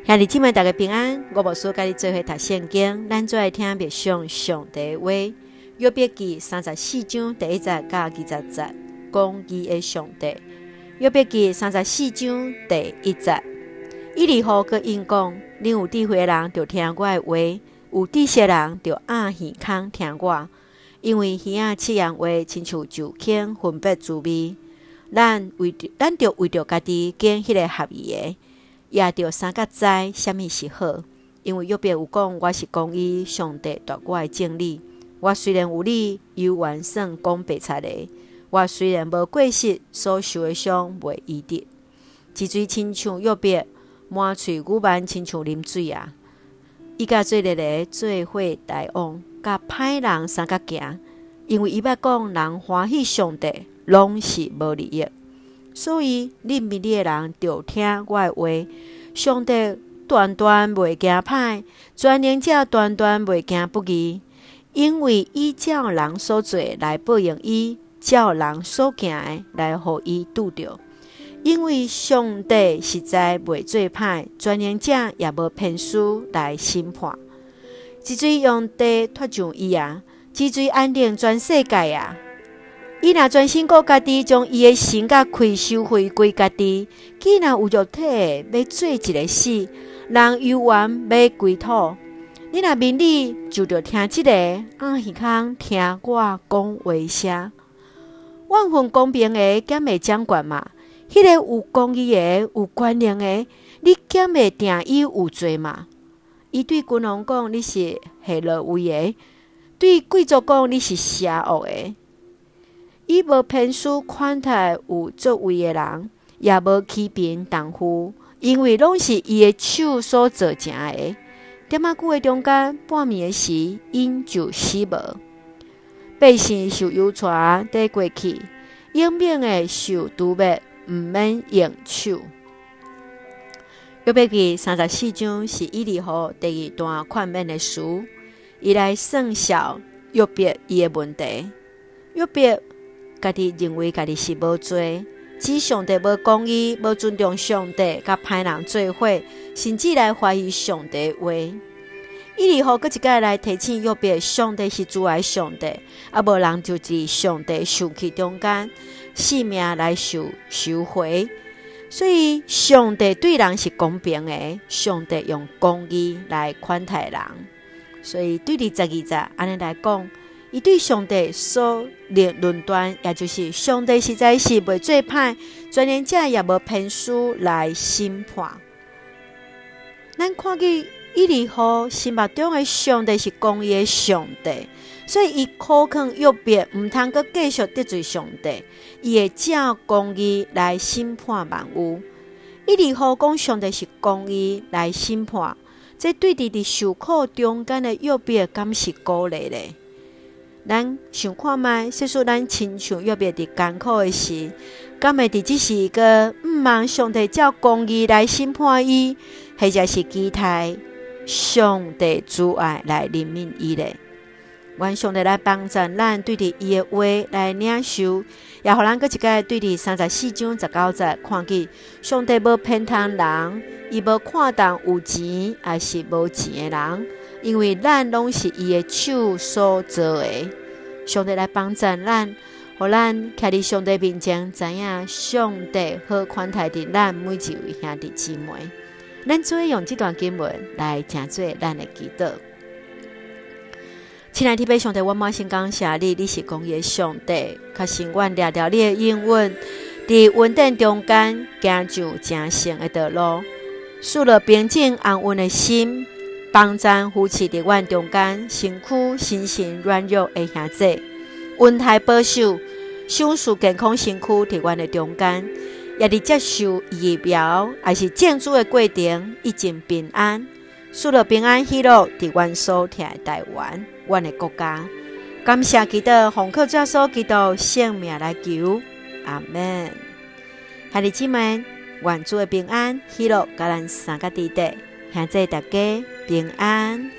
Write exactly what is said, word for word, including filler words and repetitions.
兄弟姊妹大家平安，我无事甲你做伙读圣经，咱做来听默想上帝的话。约伯记三十四章第一节到二十节，公义的上帝。约伯记三十四章第一节，以利户佮因讲：恁有智慧的人就听我的话，有知识的人就按耳孔听我，因为耳仔试验话，亲像酒罅分别滋味。咱为着咱就为着家己拣迄个合意的。也着三角知什么是好，因为约伯有讲我是公义，上帝夺我的正理。我虽然有理，犹原算讲白贼的。我虽然无过失，所受的伤袂医治。一水亲像约伯，满喙牛蛮亲像啉水啊！伊甲做日个做伙大王，甲歹人三角行，因为伊捌讲人欢喜上帝，拢是无利益。所以，恁迷你的人就听我的话。上帝断断袂惊歹，全能者断断袂惊不义，因为伊照人所做来报应伊，照人所行的来互伊拄着。因为上帝实在袂做歹，全能者也无偏私来审判。即水用地脱上伊啊，即水安定全世界啊！伊若专心顾家己，将伊的心甲开收回归家己。既然有肉体要做一个死，人犹原要归土。你若明理，就着听即、这个，按耳孔听我讲话声。万分公平的，敢会掌管嘛？迄、那个有公义的，有权能的，你敢会定伊有罪嘛？伊对君王讲，你是下落位的；对贵族讲，你是邪恶的。伊无偏私款待有作为的人，也无欺贫动富，因为拢是伊的手所做成的。点仔久的中间，半暝的时，因就死无。百姓受忧蹛地过去，英明的受毒灭，毋免用手。约伯记三十四章是以利户第二段劝勉的词，伊来算小约伯伊的问题。约伯家己认为家己是无罪，指上帝无公义，无尊重上帝，甲歹人做伙，甚至来怀疑上帝的话。以利户搁一摆来提醒约伯，上帝是主爱上帝，啊无人就伫上帝受气中间，性命来受收回。所以上帝对人是公平的，上帝用公义来款待人。所以对二十二节安尼来讲。伊对上帝所立论断，也就是上帝实在是袂做歹，全能者也无偏私来审判。咱看见以利户心目中的上帝是公义的上帝，所以伊苦劝约伯毋通阁继续得罪上帝，伊会照公义来审判万有。以利户讲上帝是公义来审判，这对伫伫受苦中间的约伯敢是鼓励咧？咱想看卖，说说咱亲像约伯伫艰苦的时，敢会伫即时个毋望上帝照公义来审判伊，或者是期待上帝主爱来怜悯伊咧？愿上帝来帮助咱对伫伊的话来领受，也互咱搁一摆对伫三十四章十九节看见上帝无偏袒人，伊无看重有钱还是无钱的人。因为咱拢是伊的手所做的，上帝来帮助咱，互咱徛伫上帝面前，知影上帝好款待伫咱每一位兄弟姊妹。咱做用这段经文来成做咱的祈祷。亲爱的弟兄上帝，我满心感谢你，你是公义的上帝，确实愿抓牢你的应允，伫稳定中间行上正圣的道路，赐了平静安稳的心。帮咱扶持伫阮中间，身躯心神软弱的兄弟，恩待保守，享受健康身躯伫阮的中间，也伫接受疫苗还是建筑的过程，一尽平安，赐了平安喜乐伫阮所徛的台湾，阮的国家。感谢祈祷，奉靠主所基督性命来求，阿们。兄弟姊妹，愿主的平安喜乐，甲咱三个弟弟。现在大家平安。